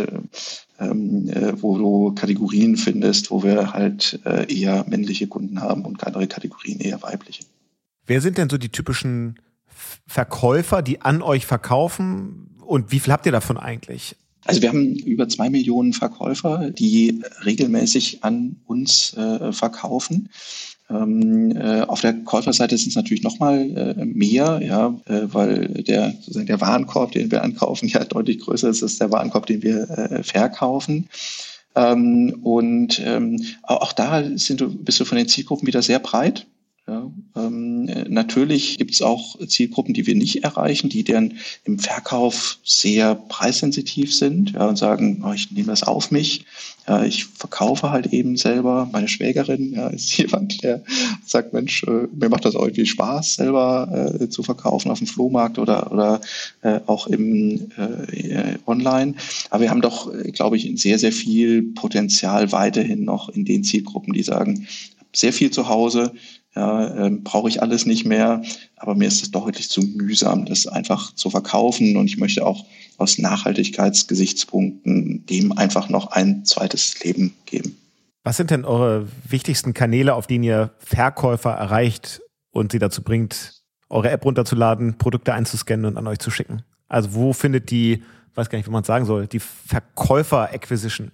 äh, wo du Kategorien findest, wo wir halt äh, eher männliche Kunden haben und andere Kategorien eher weibliche. Wer sind denn so die typischen Verkäufer, die an euch verkaufen? Und wie viel habt ihr davon eigentlich? Also wir haben über zwei Millionen Verkäufer, die regelmäßig an uns äh, verkaufen. Ähm, äh, auf der Käuferseite sind es natürlich noch mal äh, mehr, ja, äh, weil der, sozusagen der Warenkorb, den wir ankaufen, ja deutlich größer ist als der Warenkorb, den wir äh, verkaufen. Ähm, und ähm, auch da sind du, bist du von den Zielgruppen wieder sehr breit. Ja, ähm, natürlich gibt es auch Zielgruppen, die wir nicht erreichen, die dann im Verkauf sehr preissensitiv sind, ja, und sagen, oh, ich nehme das auf mich. Ja, ich verkaufe halt eben selber. Meine Schwägerin, ja, ist jemand, der sagt, Mensch, äh, mir macht das auch irgendwie Spaß, selber äh, zu verkaufen auf dem Flohmarkt oder, oder äh, auch im äh, Online. Aber wir haben doch, glaube ich, sehr, sehr viel Potenzial weiterhin noch in den Zielgruppen, die sagen, sehr viel zu Hause, ja, ähm, brauche ich alles nicht mehr, aber mir ist es deutlich zu mühsam, das einfach zu verkaufen, und ich möchte auch aus Nachhaltigkeitsgesichtspunkten dem einfach noch ein zweites Leben geben. Was sind denn eure wichtigsten Kanäle, auf denen ihr Verkäufer erreicht und sie dazu bringt, eure App runterzuladen, Produkte einzuscannen und an euch zu schicken? Also wo findet die, weiß gar nicht, wie man es sagen soll, die Verkäufer-Acquisition?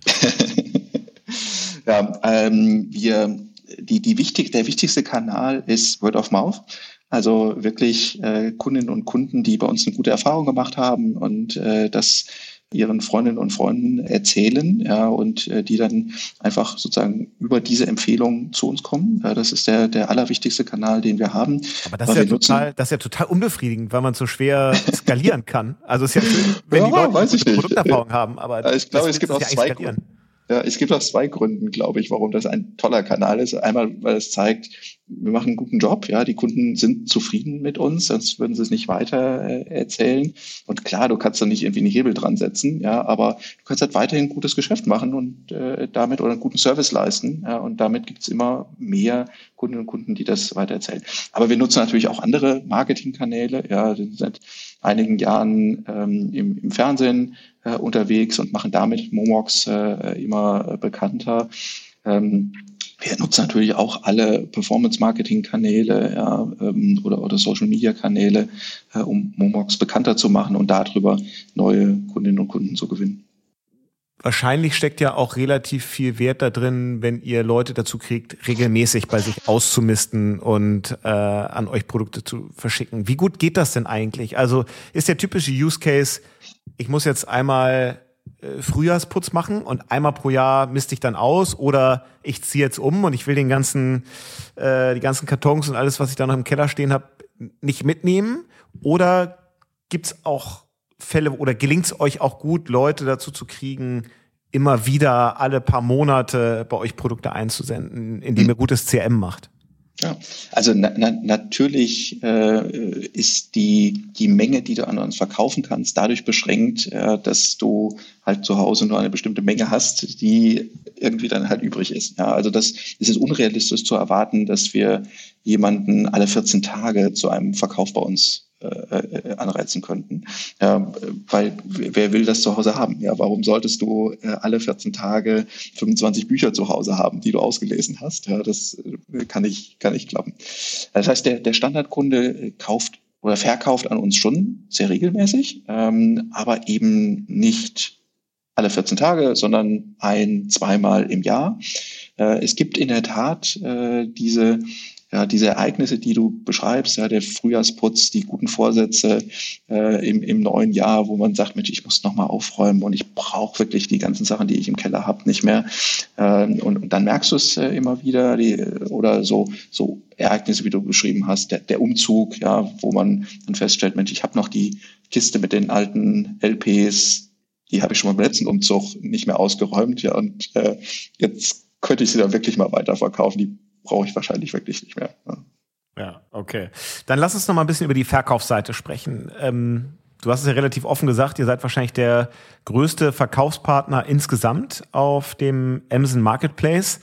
Ja, ähm, wir Die, die wichtig, der wichtigste Kanal ist Word of Mouth. Also wirklich äh, Kundinnen und Kunden, die bei uns eine gute Erfahrung gemacht haben und äh, das ihren Freundinnen und Freunden erzählen, ja, und äh, die dann einfach sozusagen über diese Empfehlung zu uns kommen. Ja, das ist der, der allerwichtigste Kanal, den wir haben. Aber das ist, ja total, das ist ja total unbefriedigend, weil man so schwer skalieren kann. Also es ist ja schön, wenn ja, die Leute eine gute Produkterfahrung haben, aber ich glaube, das es gibt auch ja zwei skalieren. Ja, es gibt aus zwei Gründen, glaube ich, warum das ein toller Kanal ist. Einmal, weil es zeigt, wir machen einen guten Job. Ja, die Kunden sind zufrieden mit uns, sonst würden sie es nicht weiter äh, erzählen. Und klar, du kannst da nicht irgendwie einen Hebel dran setzen, ja, aber du kannst halt weiterhin ein gutes Geschäft machen und äh, damit oder einen guten Service leisten. Ja, und damit gibt es immer mehr Kundinnen und Kunden, die das weitererzählen. Aber wir nutzen natürlich auch andere Marketingkanäle. Ja, seit einigen Jahren ähm, im, im Fernsehen äh, unterwegs und machen damit Momox äh, immer bekannter. Ähm, wir nutzen natürlich auch alle Performance-Marketing-Kanäle, ja, ähm, oder, oder Social-Media-Kanäle, äh, um Momox bekannter zu machen und darüber neue Kundinnen und Kunden zu gewinnen. Wahrscheinlich steckt ja auch relativ viel Wert da drin, wenn ihr Leute dazu kriegt, regelmäßig bei sich auszumisten und äh, an euch Produkte zu verschicken. Wie gut geht das denn eigentlich? Also ist der typische Use Case, ich muss jetzt einmal äh, Frühjahrsputz machen und einmal pro Jahr misste ich dann aus, oder ich ziehe jetzt um und ich will den ganzen, äh, die ganzen Kartons und alles, was ich da noch im Keller stehen habe, nicht mitnehmen? Oder gibt's auch Fälle, oder gelingt es euch auch gut, Leute dazu zu kriegen, immer wieder alle paar Monate bei euch Produkte einzusenden, indem ihr gutes C R M macht? Ja, also na, na, natürlich äh, ist die, die Menge, die du an uns verkaufen kannst, dadurch beschränkt, äh, dass du halt zu Hause nur eine bestimmte Menge hast, die irgendwie dann halt übrig ist. Ja, also das es ist unrealistisch zu erwarten, dass wir jemanden alle vierzehn Tage zu einem Verkauf bei uns Äh, anreizen könnten. Ja, weil wer will das zu Hause haben? Ja, warum solltest du äh, alle vierzehn Tage fünfundzwanzig Bücher zu Hause haben, die du ausgelesen hast? Ja, das äh, kann ich, kann ich glauben. Das heißt, der, der Standardkunde kauft oder verkauft an uns schon sehr regelmäßig, ähm, aber eben nicht alle vierzehn Tage, sondern ein-, zweimal im Jahr. Äh, es gibt in der Tat äh, diese Ja, diese Ereignisse, die du beschreibst, ja, der Frühjahrsputz, die guten Vorsätze äh, im, im neuen Jahr, wo man sagt, Mensch, ich muss nochmal aufräumen und ich brauche wirklich die ganzen Sachen, die ich im Keller habe, nicht mehr. Ähm, und, und dann merkst du es äh, immer wieder, die, oder so, so Ereignisse, wie du beschrieben hast, der, der Umzug, ja, wo man dann feststellt, Mensch, ich habe noch die Kiste mit den alten L Ps, die habe ich schon mal beim letzten Umzug nicht mehr ausgeräumt, ja, und äh, jetzt könnte ich sie dann wirklich mal weiterverkaufen. Die brauche ich wahrscheinlich wirklich nicht mehr. Ja. Ja, okay. Dann lass uns noch mal ein bisschen über die Verkaufsseite sprechen. Ähm, du hast es ja relativ offen gesagt, ihr seid wahrscheinlich der größte Verkaufspartner insgesamt auf dem Amazon Marketplace.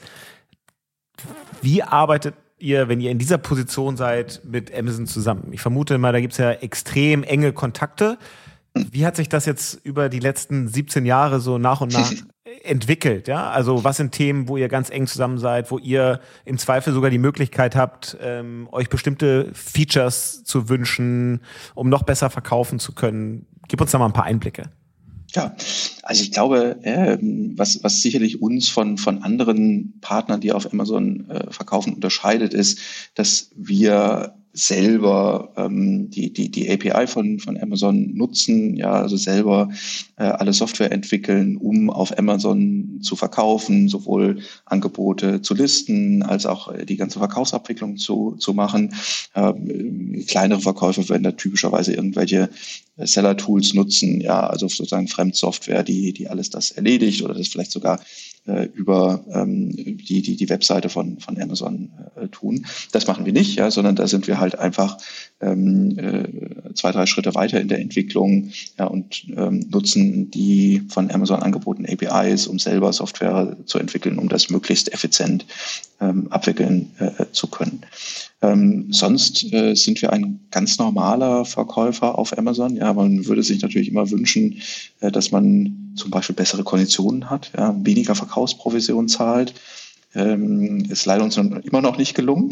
Wie arbeitet ihr, wenn ihr in dieser Position seid, mit Amazon zusammen? Ich vermute mal, da gibt es ja extrem enge Kontakte. Wie hat sich das jetzt über die letzten siebzehn Jahre so nach und nach entwickelt? Ja, also was sind Themen, wo ihr ganz eng zusammen seid, wo ihr im Zweifel sogar die Möglichkeit habt, ähm, euch bestimmte Features zu wünschen, um noch besser verkaufen zu können? Gib uns da mal ein paar Einblicke. Ja, also ich glaube, äh, was, was sicherlich uns von, von anderen Partnern, die auf Amazon äh, verkaufen, unterscheidet, ist, dass wir selber ähm, die, die, die A P I von, von Amazon nutzen, ja, also selber äh, alle Software entwickeln, um auf Amazon zu verkaufen, sowohl Angebote zu listen, als auch äh, die ganze Verkaufsabwicklung zu, zu machen. Ähm, kleinere Verkäufer werden da typischerweise irgendwelche äh, Seller-Tools nutzen, ja, also sozusagen Fremdsoftware, die, die alles das erledigt oder das vielleicht sogar äh, über ähm, die, die, die Webseite von, von Amazon äh, tun. Das machen wir nicht, ja, sondern da sind wir halt einfach ähm, äh, zwei, drei Schritte weiter in der Entwicklung, ja, und ähm, nutzen die von Amazon angebotenen A P Is, um selber Software zu entwickeln, um das möglichst effizient ähm, abwickeln äh, zu können. Ähm, sonst äh, sind wir ein ganz normaler Verkäufer auf Amazon. Ja, man würde sich natürlich immer wünschen, äh, dass man zum Beispiel bessere Konditionen hat, ja, weniger Verkaufsprovision zahlt. Ähm, ist leider uns immer noch nicht gelungen.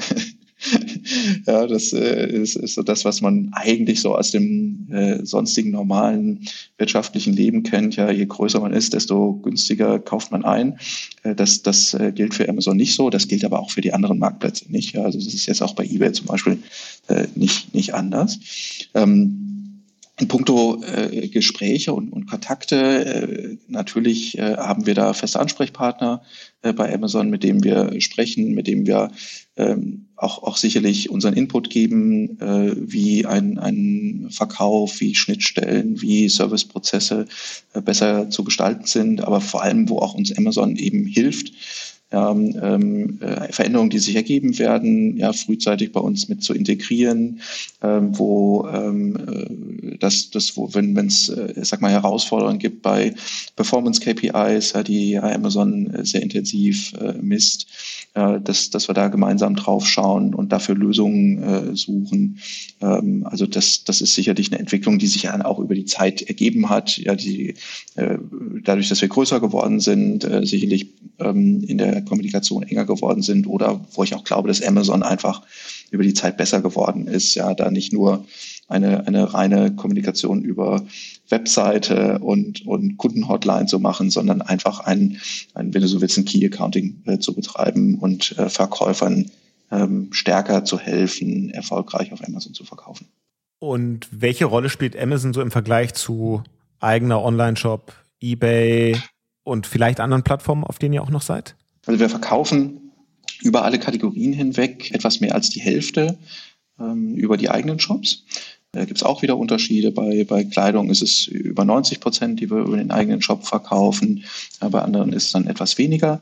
Ja, das äh, ist, ist so das, was man eigentlich so aus dem äh, sonstigen normalen wirtschaftlichen Leben kennt. Ja, je größer man ist, desto günstiger kauft man ein. Äh, das das äh, gilt für Amazon nicht so. Das gilt aber auch für die anderen Marktplätze nicht. Ja, also das ist jetzt auch bei eBay zum Beispiel äh, nicht nicht anders. Ähm, In puncto äh, Gespräche und, und Kontakte, äh, natürlich äh, haben wir da feste Ansprechpartner äh, bei Amazon, mit denen wir sprechen, mit denen wir ähm, auch, auch sicherlich unseren Input geben, äh, wie ein, ein Verkauf, wie Schnittstellen, wie Serviceprozesse äh, besser zu gestalten sind, aber vor allem, wo auch uns Amazon eben hilft, ja, ähm, äh, Veränderungen, die sich ergeben werden, ja, frühzeitig bei uns mit zu integrieren, ähm, wo ähm, äh, das, das, wo, wenn es, äh, sag mal, Herausforderungen gibt bei Performance-K P Is, ja, die Amazon sehr intensiv äh, misst, äh, dass, dass wir da gemeinsam drauf schauen und dafür Lösungen äh, suchen. Ähm, also das, das ist sicherlich eine Entwicklung, die sich ja auch über die Zeit ergeben hat, ja, die äh, dadurch, dass wir größer geworden sind, äh, sicherlich ähm, in der Kommunikation enger geworden sind oder wo ich auch glaube, dass Amazon einfach über die Zeit besser geworden ist, ja, da nicht nur eine, eine reine Kommunikation über Webseite und, und Kundenhotline zu machen, sondern einfach ein, ein, wenn du so willst, ein Key Accounting äh, zu betreiben und äh, Verkäufern ähm, stärker zu helfen, erfolgreich auf Amazon zu verkaufen. Und welche Rolle spielt Amazon so im Vergleich zu eigener Online-Shop, eBay und vielleicht anderen Plattformen, auf denen ihr auch noch seid? Also wir verkaufen über alle Kategorien hinweg etwas mehr als die Hälfte ähm, über die eigenen Shops. Da gibt es auch wieder Unterschiede. Bei, bei Kleidung ist es über neunzig Prozent, die wir über den eigenen Shop verkaufen. Ja, bei anderen ist es dann etwas weniger.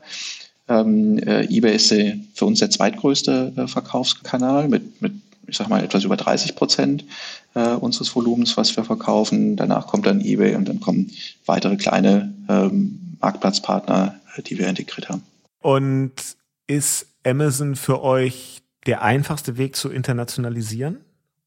Ähm, äh, eBay ist äh, für uns der zweitgrößte äh, Verkaufskanal mit, mit, ich sag mal, etwas über dreißig Prozent äh, unseres Volumens, was wir verkaufen. Danach kommt dann eBay und dann kommen weitere kleine ähm, Marktplatzpartner, äh, die wir integriert haben. Und ist Amazon für euch der einfachste Weg zu internationalisieren?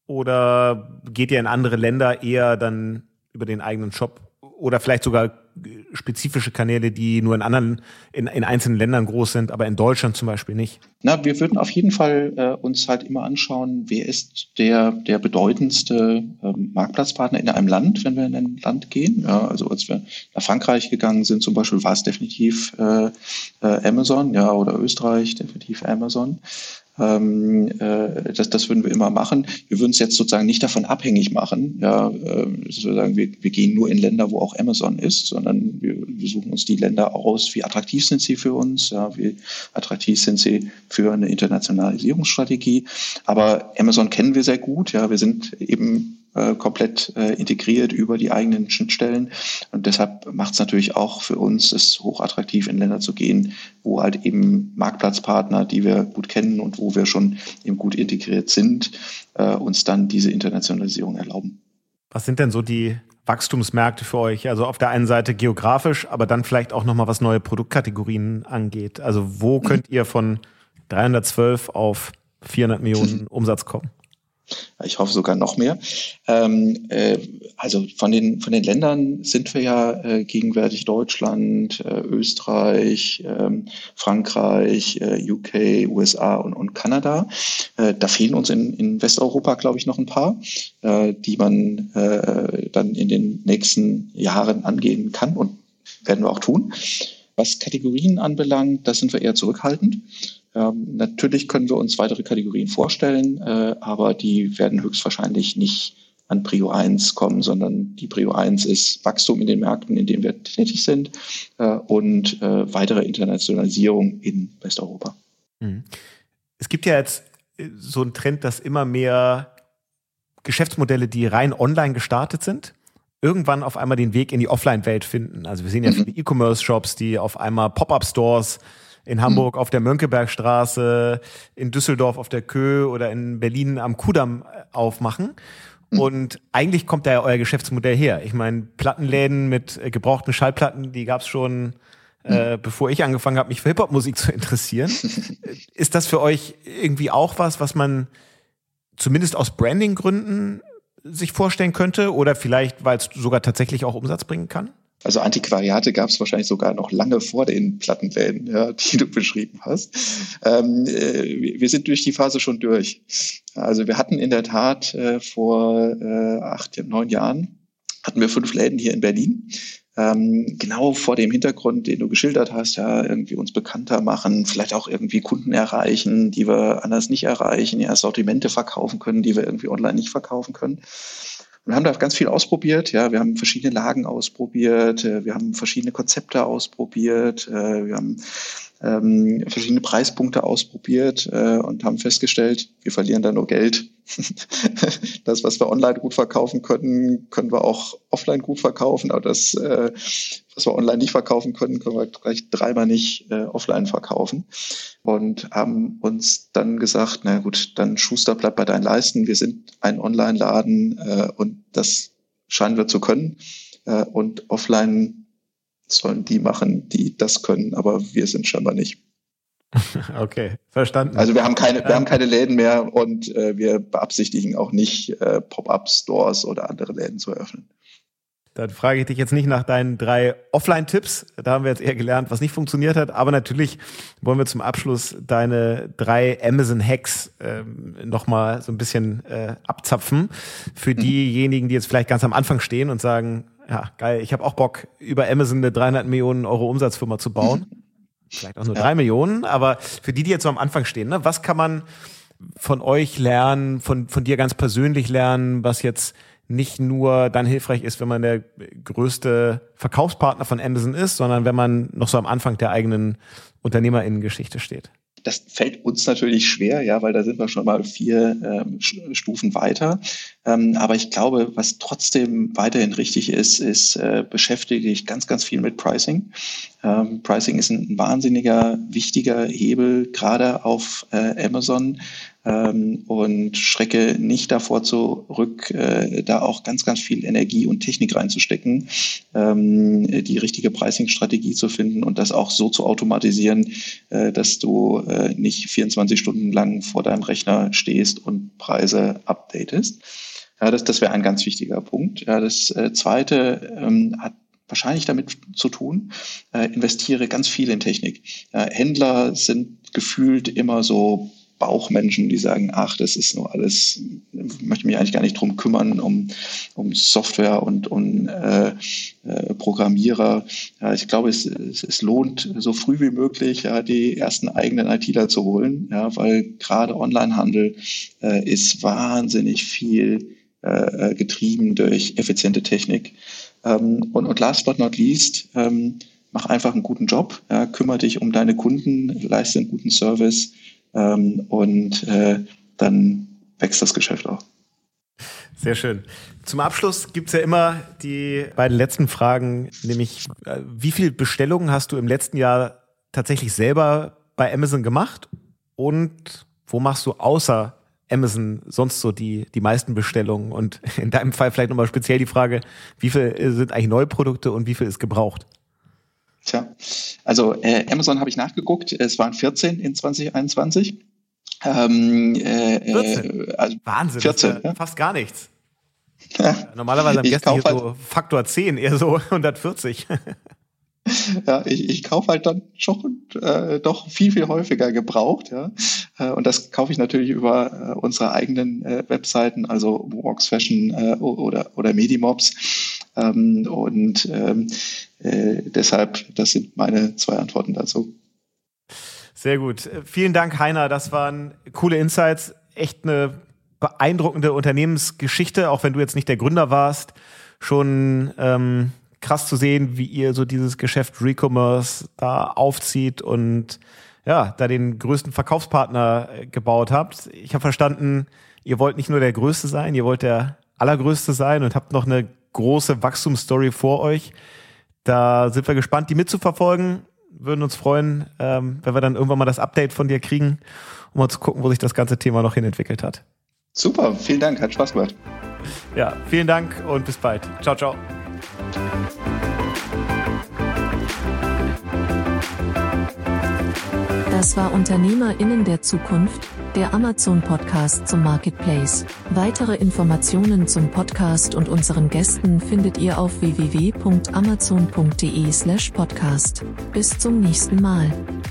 Oder geht ihr in andere Länder eher dann über den eigenen Shop? Oder vielleicht sogar spezifische Kanäle, die nur in anderen, in, in einzelnen Ländern groß sind, aber in Deutschland zum Beispiel nicht? Na, wir würden auf jeden Fall äh, uns halt immer anschauen, wer ist der, der bedeutendste ähm, Marktplatzpartner in einem Land, wenn wir in ein Land gehen. Ja, also als wir nach Frankreich gegangen sind zum Beispiel, war es definitiv äh, äh, Amazon, ja, oder Österreich, definitiv Amazon. Ähm, äh, das, das würden wir immer machen. Wir würden es jetzt sozusagen nicht davon abhängig machen, ja, äh, dass wir sagen, wir, wir gehen nur in Länder, wo auch Amazon ist, sondern wir, wir suchen uns die Länder aus, wie attraktiv sind sie für uns, ja, wie attraktiv sind sie für eine Internationalisierungsstrategie. Aber Amazon kennen wir sehr gut, ja, wir sind eben äh, komplett äh, integriert über die eigenen Schnittstellen und deshalb macht es natürlich auch für uns es hochattraktiv, in Länder zu gehen, wo halt eben Marktplatzpartner, die wir gut kennen und wo wir schon eben gut integriert sind, äh, uns dann diese Internationalisierung erlauben. Was sind denn so die Wachstumsmärkte für euch? Also auf der einen Seite geografisch, aber dann vielleicht auch nochmal was neue Produktkategorien angeht. Also wo könnt ihr von dreihundertzwölf auf vierhundert Millionen Umsatz kommen? Ich hoffe sogar noch mehr. Ähm, äh, also von den von den Ländern sind wir ja äh, gegenwärtig Deutschland, äh, Österreich, äh, Frankreich, äh, U K, U S A und, und Kanada. Äh, da fehlen uns in, in Westeuropa, glaube ich, noch ein paar, äh, die man äh, dann in den nächsten Jahren angehen kann und werden wir auch tun. Was Kategorien anbelangt, da sind wir eher zurückhaltend. Ähm, natürlich können wir uns weitere Kategorien vorstellen, äh, aber die werden höchstwahrscheinlich nicht an Prio eins kommen, sondern die Prio eins ist Wachstum in den Märkten, in denen wir tätig sind äh, und äh, weitere Internationalisierung in Westeuropa. Es gibt ja jetzt so einen Trend, dass immer mehr Geschäftsmodelle, die rein online gestartet sind, irgendwann auf einmal den Weg in die Offline-Welt finden. Also wir sehen ja mhm. viele E-Commerce-Shops, die auf einmal Pop-up-Stores in Hamburg mhm. auf der Mönckebergstraße, in Düsseldorf auf der Kö oder in Berlin am Kudamm aufmachen. Und eigentlich kommt da ja euer Geschäftsmodell her. Ich meine, Plattenläden mit äh, gebrauchten Schallplatten, die gab es schon, äh, mhm. bevor ich angefangen habe, mich für Hip-Hop-Musik zu interessieren. Ist das für euch irgendwie auch was, was man zumindest aus Branding-Gründen sich vorstellen könnte? Oder vielleicht, weil es sogar tatsächlich auch Umsatz bringen kann? Also Antiquariate gab es wahrscheinlich sogar noch lange vor den Plattenläden, ja, die du beschrieben hast. Ähm, äh, wir sind durch die Phase schon durch. Also wir hatten in der Tat äh, vor äh, acht, neun Jahren hatten wir fünf Läden hier in Berlin. Ähm, genau vor dem Hintergrund, den du geschildert hast, ja, irgendwie uns bekannter machen, vielleicht auch irgendwie Kunden erreichen, die wir anders nicht erreichen, ja, Sortimente verkaufen können, die wir irgendwie online nicht verkaufen können. Wir haben da ganz viel ausprobiert, ja, wir haben verschiedene Lagen ausprobiert, wir haben verschiedene Konzepte ausprobiert, wir haben ähm, verschiedene Preispunkte ausprobiert äh, und haben festgestellt, wir verlieren da nur Geld. Das, was wir online gut verkaufen können, können wir auch offline gut verkaufen, aber das, äh, was wir online nicht verkaufen können, können wir gleich dreimal nicht äh, offline verkaufen. Und haben uns dann gesagt, na gut, dann Schuster, bleib bei deinen Leisten. Wir sind ein Online-Laden äh, und das scheinen wir zu können. Äh, und offline sollen die machen, die das können, aber wir sind scheinbar nicht. Okay, verstanden. Also wir haben keine, wir haben keine Läden mehr und äh, wir beabsichtigen auch nicht, äh, Pop-up-Stores oder andere Läden zu eröffnen. Dann frage ich dich jetzt nicht nach deinen drei Offline-Tipps. Da haben wir jetzt eher gelernt, was nicht funktioniert hat. Aber natürlich wollen wir zum Abschluss deine drei Amazon-Hacks ähm, nochmal so ein bisschen äh, abzapfen. Für diejenigen, die jetzt vielleicht ganz am Anfang stehen und sagen, ja, geil, ich habe auch Bock, über Amazon eine dreihundert Millionen Euro Umsatzfirma zu bauen. Vielleicht auch nur drei ja. Millionen. Aber für die, die jetzt so am Anfang stehen, ne, was kann man von euch lernen, von, von dir ganz persönlich lernen, was jetzt nicht nur dann hilfreich ist, wenn man der größte Verkaufspartner von Amazon ist, sondern wenn man noch so am Anfang der eigenen UnternehmerInnen-Geschichte steht? Das fällt uns natürlich schwer, ja, weil da sind wir schon mal vier ähm, Stufen weiter. Ähm, aber ich glaube, was trotzdem weiterhin richtig ist, ist, äh, beschäftige ich ganz, ganz viel mit Pricing. Ähm, Pricing ist ein wahnsinniger, wichtiger Hebel, gerade auf äh, Amazon. Ähm, und schrecke nicht davor zurück, äh, da auch ganz, ganz viel Energie und Technik reinzustecken, ähm, die richtige Pricing-Strategie zu finden und das auch so zu automatisieren, äh, dass du äh, nicht vierundzwanzig Stunden lang vor deinem Rechner stehst und Preise updatest. Ja, das, das wäre ein ganz wichtiger Punkt. Ja, das äh, Zweite ähm, hat wahrscheinlich damit zu tun, äh, investiere ganz viel in Technik. Ja, Händler sind gefühlt immer so Bauchmenschen, die sagen, ach, das ist nur alles, ich möchte mich eigentlich gar nicht drum kümmern, um, um Software und um äh, äh, Programmierer. Ja, ich glaube, es, es, es lohnt, so früh wie möglich ja, die ersten eigenen ITler zu holen, ja, weil gerade Onlinehandel äh, ist wahnsinnig viel äh, getrieben durch effiziente Technik. Ähm, und, und last but not least, ähm, mach einfach einen guten Job, ja, kümmere dich um deine Kunden, leiste einen guten Service, Ähm, und äh, dann wächst das Geschäft auch. Sehr schön. Zum Abschluss gibt's ja immer die beiden letzten Fragen, nämlich äh, wie viele Bestellungen hast du im letzten Jahr tatsächlich selber bei Amazon gemacht und wo machst du außer Amazon sonst so die, die meisten Bestellungen? Und in deinem Fall vielleicht nochmal speziell die Frage, wie viel sind eigentlich neue Produkte und wie viel ist gebraucht? Tja, also äh, Amazon habe ich nachgeguckt, es waren vierzehn in zwanzig einundzwanzig. Ähm, äh, vierzehn? Also Wahnsinn, vierzehn, das ist ja ja. fast gar nichts. Ja, normalerweise am Gäste hier halt so Faktor zehn, eher so hundertvierzig. Ja, ich, ich kaufe halt dann schon äh, doch viel, viel häufiger gebraucht, ja. Äh, und das kaufe ich natürlich über äh, unsere eigenen äh, Webseiten, also Walks Fashion äh, oder, oder Medimobs. Ähm, und ähm, äh, deshalb, das sind meine zwei Antworten dazu. Sehr gut. Vielen Dank, Heiner. Das waren coole Insights. Echt eine beeindruckende Unternehmensgeschichte, auch wenn du jetzt nicht der Gründer warst. Schon ähm, krass zu sehen, wie ihr so dieses Geschäft Recommerce da aufzieht und ja, da den größten Verkaufspartner gebaut habt. Ich habe verstanden, ihr wollt nicht nur der Größte sein, ihr wollt der Allergrößte sein und habt noch eine große Wachstumsstory vor euch. Da sind wir gespannt, die mitzuverfolgen. Würden uns freuen, ähm, wenn wir dann irgendwann mal das Update von dir kriegen, um mal zu gucken, wo sich das ganze Thema noch hin entwickelt hat. Super, vielen Dank, hat Spaß gemacht. Ja, vielen Dank und bis bald. Ciao, ciao. Das war UnternehmerInnen der Zukunft, der Amazon-Podcast zum Marketplace. Weitere Informationen zum Podcast und unseren Gästen findet ihr auf w w w punkt amazon punkt de slash podcast. Bis zum nächsten Mal.